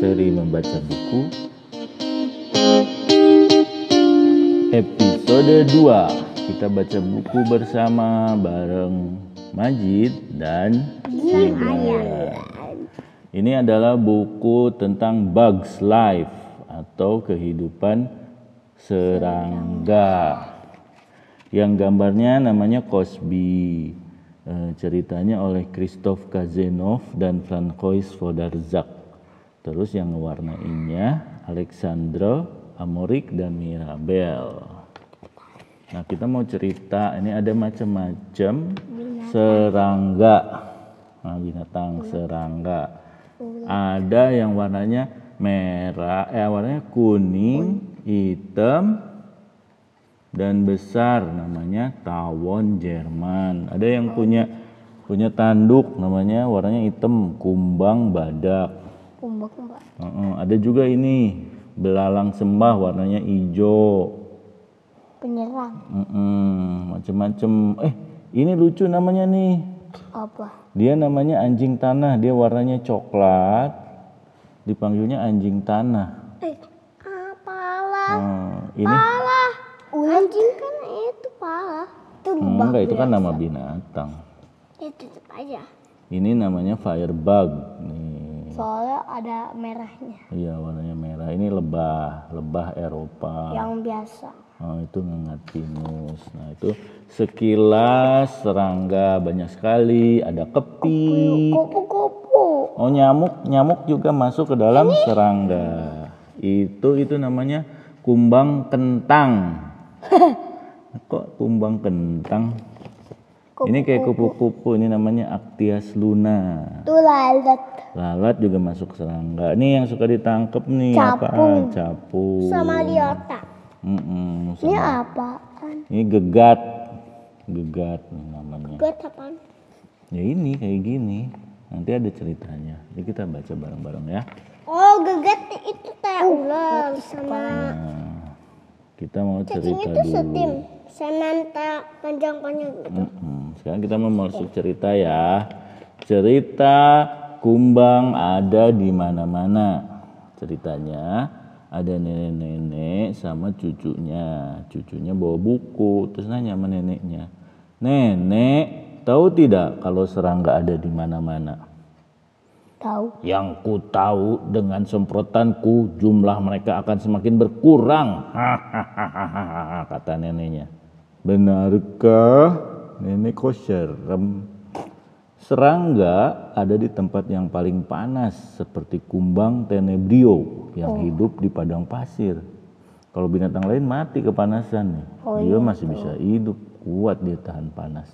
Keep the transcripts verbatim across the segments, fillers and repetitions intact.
seri membaca buku episode dua. Kita baca buku bersama bareng Majid dan Gibran. Ini adalah buku tentang Bugs Life atau kehidupan serangga. Yang gambarnya namanya Cosby. E, ceritanya oleh Christoph Kazanov dan Francois Vodarzak. Terus yang ngewarnainnya Alexandra Amorik dan Mirabel. Nah, kita mau cerita, ini ada macam-macam serangga. Nah, binatang serangga. Ada yang warnanya merah, eh warnanya kuning, hitam, dan besar, namanya tawon Jerman. Ada yang punya punya tanduk, namanya warnanya hitam, kumbang badak. Kumbang badak. Uh-uh. Ada juga ini belalang sembah, warnanya hijau. Penyerang. Uh-uh. Macam-macam. Eh, ini lucu namanya nih. Apa? Dia namanya anjing tanah, dia warnanya coklat. Dipanggilnya anjing tanah. Eh, apalah? Uh, ini Pala. Anjing kan itu pala. Itu hmm, enggak, itu kan nama binatang. Itu tetap aja. Ini namanya firebug nih. Soalnya ada merahnya. Iya, warnanya merah. Ini lebah, lebah Eropa. Yang biasa. Oh, itu ngengat pinus. Nah, itu sekilas serangga banyak sekali. Ada kepik. Kupu-kupu. Oh, nyamuk, nyamuk juga masuk ke dalam ini serangga. Itu itu namanya kumbang kentang. Kok kumbang kentang? Kupu-kupu. Ini kayak kupu-kupu, ini namanya Actias luna. Itu lalat. Lalat juga masuk serangga. Ini yang suka ditangkap nih, capung. Apaan? Capung. Sama liota. Mm-mm, sama. Ini apaan? Ini gegat. Gegat namanya. Gegat apaan? Ya ini kayak gini. Nanti ada ceritanya. Jadi kita baca bareng-bareng ya. Oh, gegat itu kayak ular sama. Nah, kita mau cerita itu dulu. setim. Semanta panjang-panjang gitu. Mm-mm. Sekarang kita mau masuk cerita ya. Cerita kumbang ada di mana-mana. Ceritanya ada nenek-nenek sama cucunya. Cucunya bawa buku, terus nanya sama neneknya. Nenek, tahu tidak kalau serangga ada di mana-mana? Tahu. Yang ku tahu dengan semprotanku jumlah mereka akan semakin berkurang. Hahaha, kata neneknya. Benarkah? Nenek kok serem. Serangga ada di tempat yang paling panas seperti kumbang tenebrio yang oh. hidup di padang pasir. Kalau binatang lain mati kepanasan nih. Oh, dia iya, masih tuh. Bisa hidup, kuat dia tahan panas.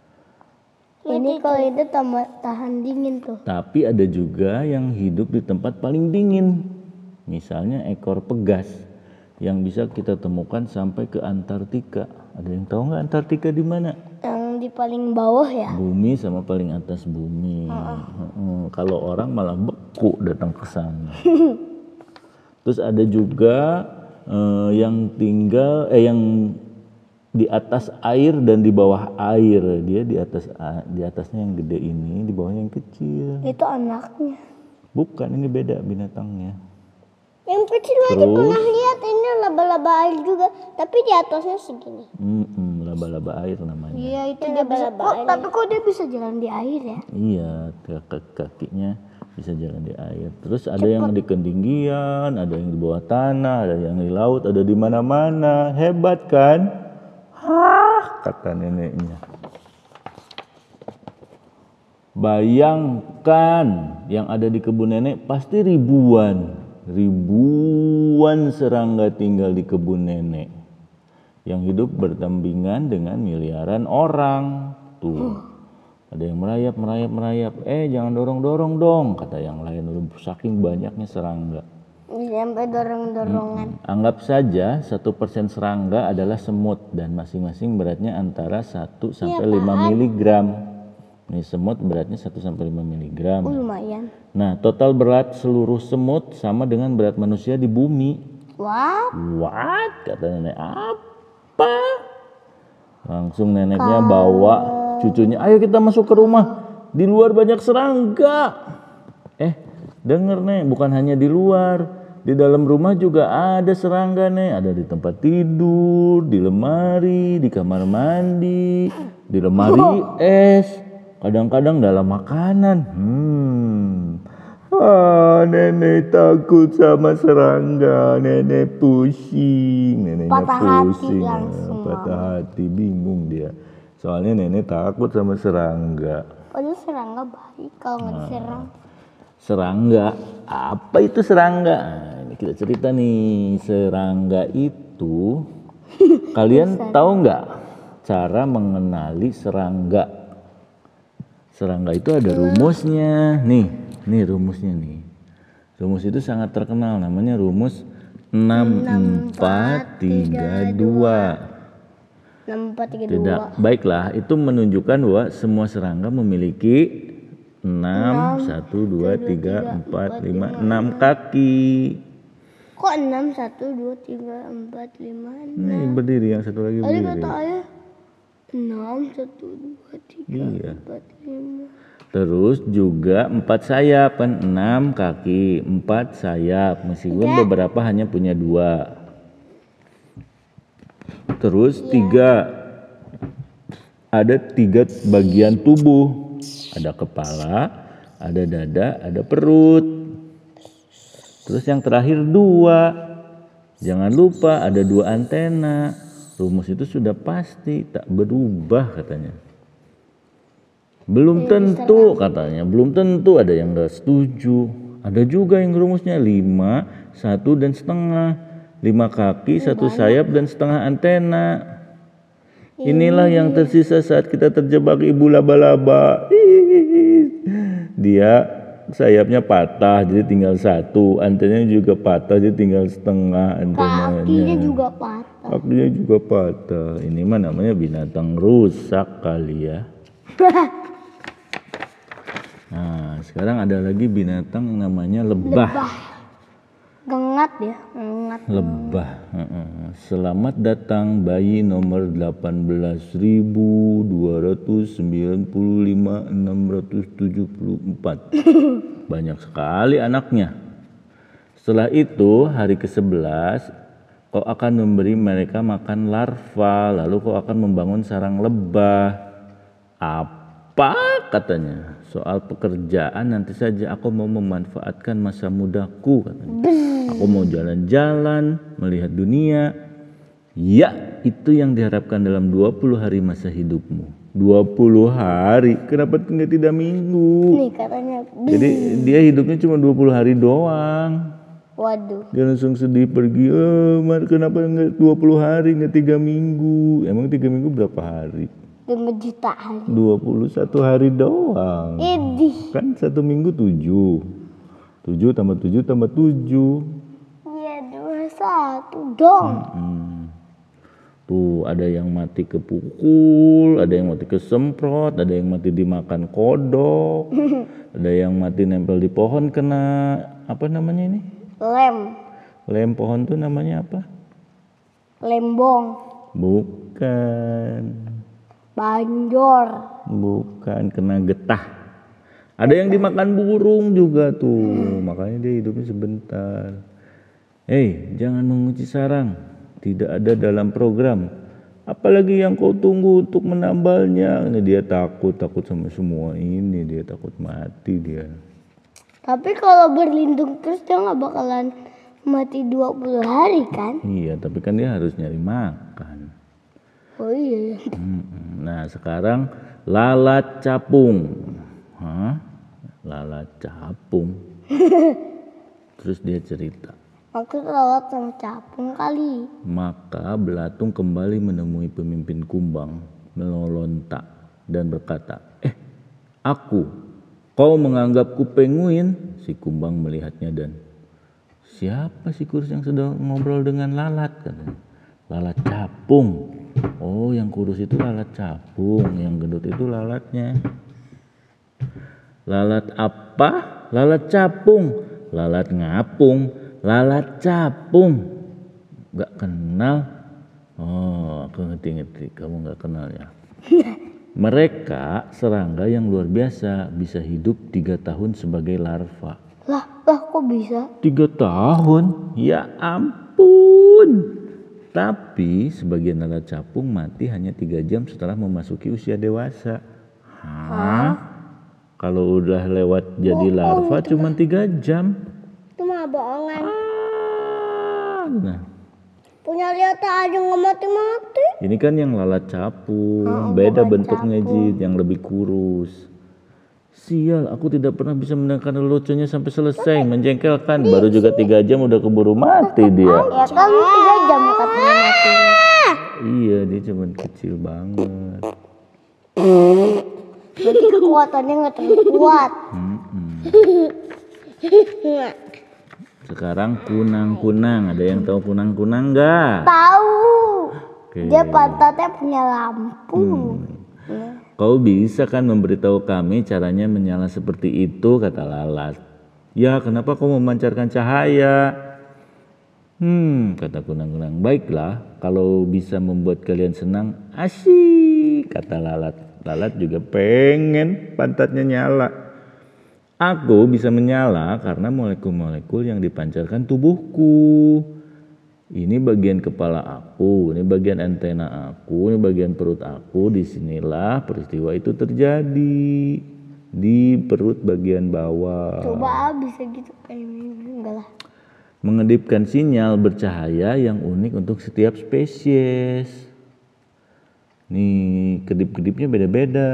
Ini kalau itu tahan dingin tuh. Tapi ada juga yang hidup di tempat paling dingin. Misalnya ekor pegas yang bisa kita temukan sampai ke Antartika. Ada yang tahu nggak Antartika di mana? Yang di paling bawah ya? Bumi sama paling atas bumi. Uh-uh. Uh-uh. Kalau orang malah beku datang ke sana. Terus ada juga uh, yang tinggal, eh yang di atas air dan di bawah air. Dia di atas di atasnya yang gede ini, di bawahnya yang kecil. Itu anaknya. Bukan, ini beda binatangnya. Yang kecil aja pernah lihat, ini laba-laba air juga, tapi di atasnya segini. Mm-mm, laba-laba air namanya. Iya, itu dia bisa. Kok, tapi kok dia bisa jalan di air ya? Iya, kaki-kakinya bisa jalan di air. Terus ada Cepet. Yang di ketinggian, ada yang di bawah tanah, ada yang di laut, ada di mana-mana. Hebat kan? Hah, kata neneknya. Bayangkan yang ada di kebun nenek pasti ribuan. Ribuan serangga tinggal di kebun nenek yang hidup berdampingan dengan miliaran orang. Tuh, ada yang merayap, merayap, merayap. Eh, jangan dorong-dorong dong, kata yang lain. Saking banyaknya serangga. Sampai dorong-dorongan. Hmm. Anggap saja satu persen serangga adalah semut dan masing-masing beratnya antara satu sampai lima miligram. Ini semut beratnya satu sampai lima miligram. Oh, lumayan. Nah, total berat seluruh semut sama dengan berat manusia di bumi. What? What? Kata nenek. Apa? Langsung neneknya Kau... bawa cucunya. Ayo kita masuk ke rumah. Di luar banyak serangga. Eh, Dengar nih, bukan hanya di luar, di dalam rumah juga ada serangga nih. Ada di tempat tidur, di lemari, di kamar mandi, di lemari es, kadang-kadang dalam makanan. Hmm. Ah, nenek takut sama serangga, nenek pusing, neneknya Patah hati pusing, langsung, patah hati, bingung dia. Soalnya nenek takut sama serangga. Padahal serangga baik kalau nggak diserang. Serangga, apa itu serangga? Nah, ini kita cerita nih, serangga itu kalian tahu nggak cara mengenali serangga? Serangga itu ada rumusnya, nih, nih rumusnya nih. Rumus itu sangat terkenal, namanya rumus enam empat tiga dua. enam empat tiga dua. Tidak, baiklah, itu menunjukkan bahwa semua serangga memiliki enam, satu, dua, tiga, empat, lima, enam kaki. Kok enam, satu, dua, tiga, empat, lima, enam? Nih berdiri, yang satu lagi Tadi berdiri. kata ayah enam, satu, dua, tiga, Iya. empat, lima. Terus juga empat sayap kan, enam kaki, empat sayap. Meskipun beberapa hanya punya dua. Terus tiga, ada tiga bagian tubuh. Ada kepala, ada dada, ada perut. Terus yang terakhir dua. Jangan lupa ada dua antena. Rumus itu sudah pasti tak berubah katanya. Belum tentu katanya, belum tentu, ada yang gak setuju. Ada juga yang rumusnya lima, satu dan setengah. Lima kaki, satu sayap dan setengah antena. Inilah yang tersisa saat kita terjebak ibu laba-laba. Dia sayapnya patah jadi tinggal satu, antenanya juga patah jadi tinggal setengah antenanya. Kakinya juga patah. Kakinya juga patah. Ini mah namanya binatang rusak kali ya. Nah, sekarang ada lagi binatang yang namanya lebah. Lebah. Gengat ya, gengat. Lebah. Heeh. Selamat datang bayi nomor delapan belas ribu dua ratus sembilan puluh lima enam ratus tujuh puluh empat. Banyak sekali anaknya. Setelah itu hari ke sebelas kau akan memberi mereka makan larva, lalu kau akan membangun sarang lebah. Apa katanya? Soal pekerjaan nanti saja, aku mau memanfaatkan masa mudaku katanya. Aku mau jalan-jalan, melihat dunia. Ya, itu yang diharapkan dalam dua puluh hari masa hidupmu. dua puluh hari, kenapa tinggal tidak minggu? Nih katanya. Jadi dia hidupnya cuma dua puluh hari doang. Waduh. Dia langsung sedih pergi, oh, kenapa enggak dua puluh hari, enggak tiga minggu? Emang tiga minggu berapa hari? lima juta hari. dua puluh satu hari doang. Idih. Kan satu minggu tujuh. tujuh tambah tujuh tambah tujuh. Iya, dua puluh satu dong. Hmm. Tuh ada yang mati kepukul, ada yang mati kesemprot, ada yang mati dimakan kodok, ada yang mati nempel di pohon kena apa namanya ini? Lem. Lem pohon tuh namanya apa? Lembong. Bukan. Banjor. Bukan, kena getah. Ada yang dimakan burung juga tuh, makanya dia hidupnya sebentar. Hei, jangan mengunci sarang, tidak ada dalam program. Apalagi yang kau tunggu untuk menambalnya. Ini dia takut, takut sama semua ini, dia takut mati dia. Tapi kalau berlindung terus dia nggak bakalan mati dua puluh hari kan? Iya, tapi kan dia harus nyari makan. Oh iya. Nah sekarang lalat capung. Hah? Lalat capung. Terus dia cerita. Aku lalat sama capung kali. Maka belatung kembali menemui pemimpin kumbang, melolontak dan berkata, eh aku, kau menganggapku penguin? Si kumbang melihatnya dan, siapa si kurus yang sedang ngobrol dengan lalat? Katanya. Lalat capung. Oh, yang kurus itu lalat capung, yang gendut itu lalatnya. Lalat apa? Lalat capung. Lalat ngapung. Lalat capung. Gak kenal? Oh, aku ngerti-ngerti. Kamu gak kenal ya? Mereka serangga yang luar biasa, bisa hidup tiga tahun sebagai larva. Lah, Lah kok bisa? Tiga tahun? Ya ampun. Tapi sebagian lalat capung mati hanya tiga jam setelah memasuki usia dewasa. Hah? Kalau udah lewat jadi larva cuma tiga jam. Itu mah bohongan. Ah, nah. Punya lihat aja nggak mati-mati. Ini kan yang lalat capung, Oh, beda bukan bentuknya capung. Jid, yang lebih kurus. Sial, aku tidak pernah bisa mendengarkan leluconnya sampai selesai, menjengkelkan. Baru juga tiga jam udah keburu mati dia. Ya kan tiga jam katanya mati. Iya, dia cuma kecil banget. Berarti kekuatannya nggak terlalu kuat. Mm-mm. Sekarang kunang-kunang, ada yang tahu kunang-kunang nggak? Tahu. Oke. Dia pantatnya punya lampu. Kau bisa kan memberitahu kami caranya menyala seperti itu, kata lalat. Ya, kenapa kau memancarkan cahaya? Hmm, kata kunang-kunang. Baiklah, kalau bisa membuat kalian senang, asyik, kata lalat. Lalat juga pengen pantatnya nyala. Aku bisa menyala karena molekul-molekul yang dipancarkan tubuhku. Ini bagian kepala aku, ini bagian antena aku, ini bagian perut aku. Disinilah peristiwa itu terjadi, di perut bagian bawah. Coba bisa gitu kayak enggak lah. Mengedipkan sinyal bercahaya yang unik untuk setiap spesies. Nih, kedip-kedipnya beda-beda.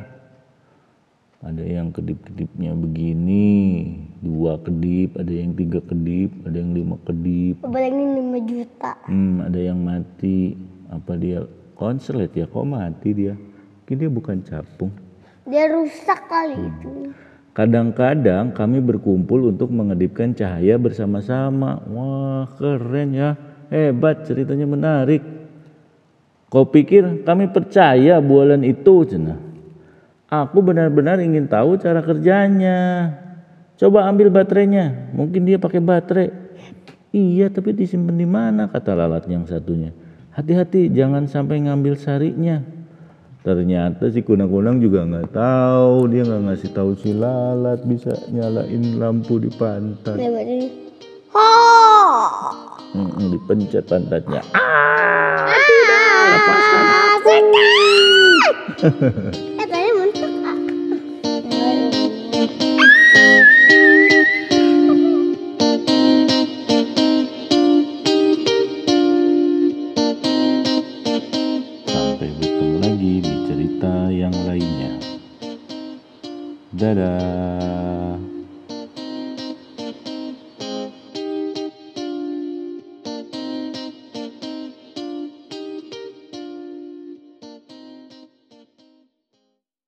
Ada yang kedip-kedipnya begini, dua kedip, ada yang tiga kedip, ada yang lima kedip. Bayangin lima juta. Hmm, ada yang mati. Apa dia konslet ya? Kok mati dia? Mungkin dia bukan capung. Dia rusak kali itu. Kadang-kadang kami berkumpul untuk mengedipkan cahaya bersama-sama. Wah, keren ya. Hebat, ceritanya menarik. Kau pikir kami percaya bualan itu, cenah? Aku benar-benar ingin tahu cara kerjanya. Coba ambil baterainya. Mungkin dia pakai baterai. Iya, tapi disimpan di mana? Kata lalat yang satunya. Hati-hati, jangan sampai ngambil sarinya. Ternyata si kunang-kunang juga nggak tahu. Dia nggak ngasih tahu si lalat bisa nyalain lampu di pantat. Lewat ini. Oh. Hmm, dipencet pantatnya. Ah, tidak, lepaskan aku. Eh, tadi mentok. Sampai bertemu lagi di cerita yang lainnya. Dadah.